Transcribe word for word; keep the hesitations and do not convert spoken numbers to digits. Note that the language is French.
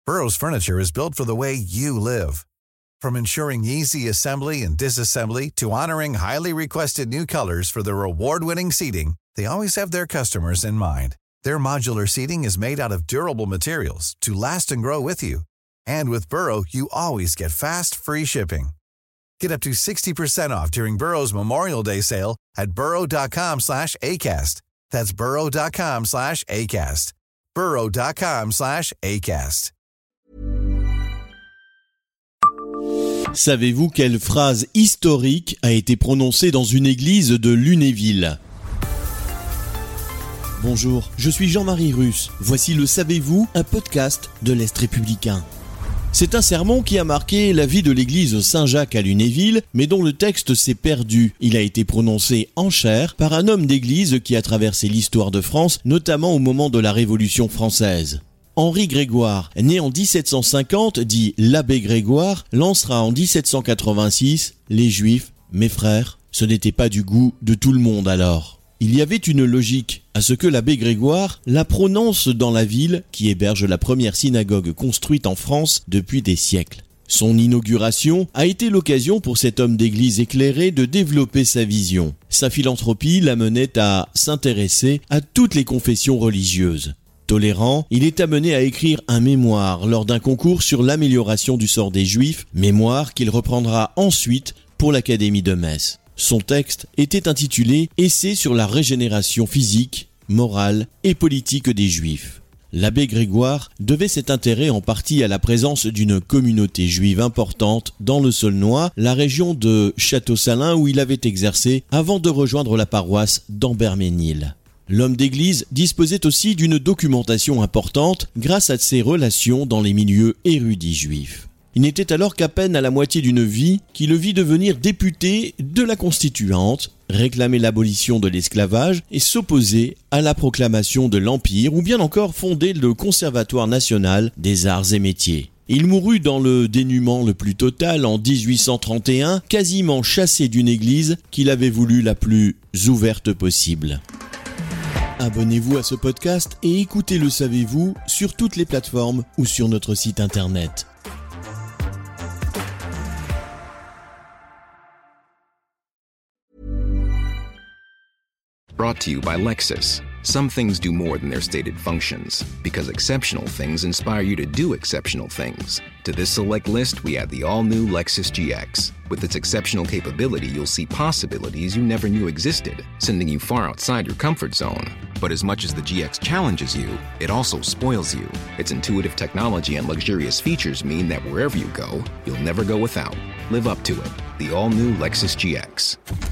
Burrow's furniture is built for the way you live. From ensuring easy assembly and disassembly to honoring highly requested new colors for their award-winning seating, they always have their customers in mind. Their modular seating is made out of durable materials to last and grow with you. And with Burrow, you always get fast, free shipping. Get up to sixty percent off during Burrow's Memorial Day sale at burrow.com slash ACAST. That's burrow.com slash ACAST. burrow.com slash ACAST. Savez-vous quelle phrase historique a été prononcée dans une église de Lunéville ? Bonjour, je suis Jean-Marie Russe. Voici le Savez-vous, un podcast de l'Est républicain. C'est un sermon qui a marqué la vie de l'église Saint-Jacques à Lunéville, mais dont le texte s'est perdu. Il a été prononcé en chair par un homme d'église qui a traversé l'histoire de France, notamment au moment de la Révolution française. Henri Grégoire, né en dix-sept cent cinquante, dit l'abbé Grégoire, lancera en dix-sept cent quatre-vingt-six « Les Juifs, mes frères », ce n'était pas du goût de tout le monde alors. Il y avait une logique à ce que l'abbé Grégoire la prononce dans la ville qui héberge la première synagogue construite en France depuis des siècles. Son inauguration a été l'occasion pour cet homme d'église éclairé de développer sa vision. Sa philanthropie l'amenait à s'intéresser à toutes les confessions religieuses. Tolérant, il est amené à écrire un mémoire lors d'un concours sur l'amélioration du sort des Juifs, mémoire qu'il reprendra ensuite pour l'Académie de Metz. Son texte était intitulé « Essai sur la régénération physique, morale et politique des Juifs ». L'abbé Grégoire devait cet intérêt en partie à la présence d'une communauté juive importante dans le Saulnois, la région de Château-Salins où il avait exercé avant de rejoindre la paroisse d'Ambert-Ménil. L'homme d'église disposait aussi d'une documentation importante grâce à ses relations dans les milieux érudits juifs. Il n'était alors qu'à peine à la moitié d'une vie qui le vit devenir député de la Constituante, réclamer l'abolition de l'esclavage et s'opposer à la proclamation de l'Empire ou bien encore fonder le Conservatoire national des arts et métiers. Il mourut dans le dénuement le plus total en dix-huit cent trente et un, quasiment chassé d'une église qu'il avait voulu la plus ouverte possible. Abonnez-vous à ce podcast et écoutez Le Savez-vous sur toutes les plateformes ou sur notre site internet. Brought to you by Lexus. Some things do more than their stated functions, because exceptional things inspire you to do exceptional things. To this select list, we add the all-new Lexus G X. With its exceptional capability, you'll see possibilities you never knew existed, sending you far outside your comfort zone. But as much as the G X challenges you, it also spoils you. Its intuitive technology and luxurious features mean that wherever you go, you'll never go without. Live up to it. The all-new Lexus G X.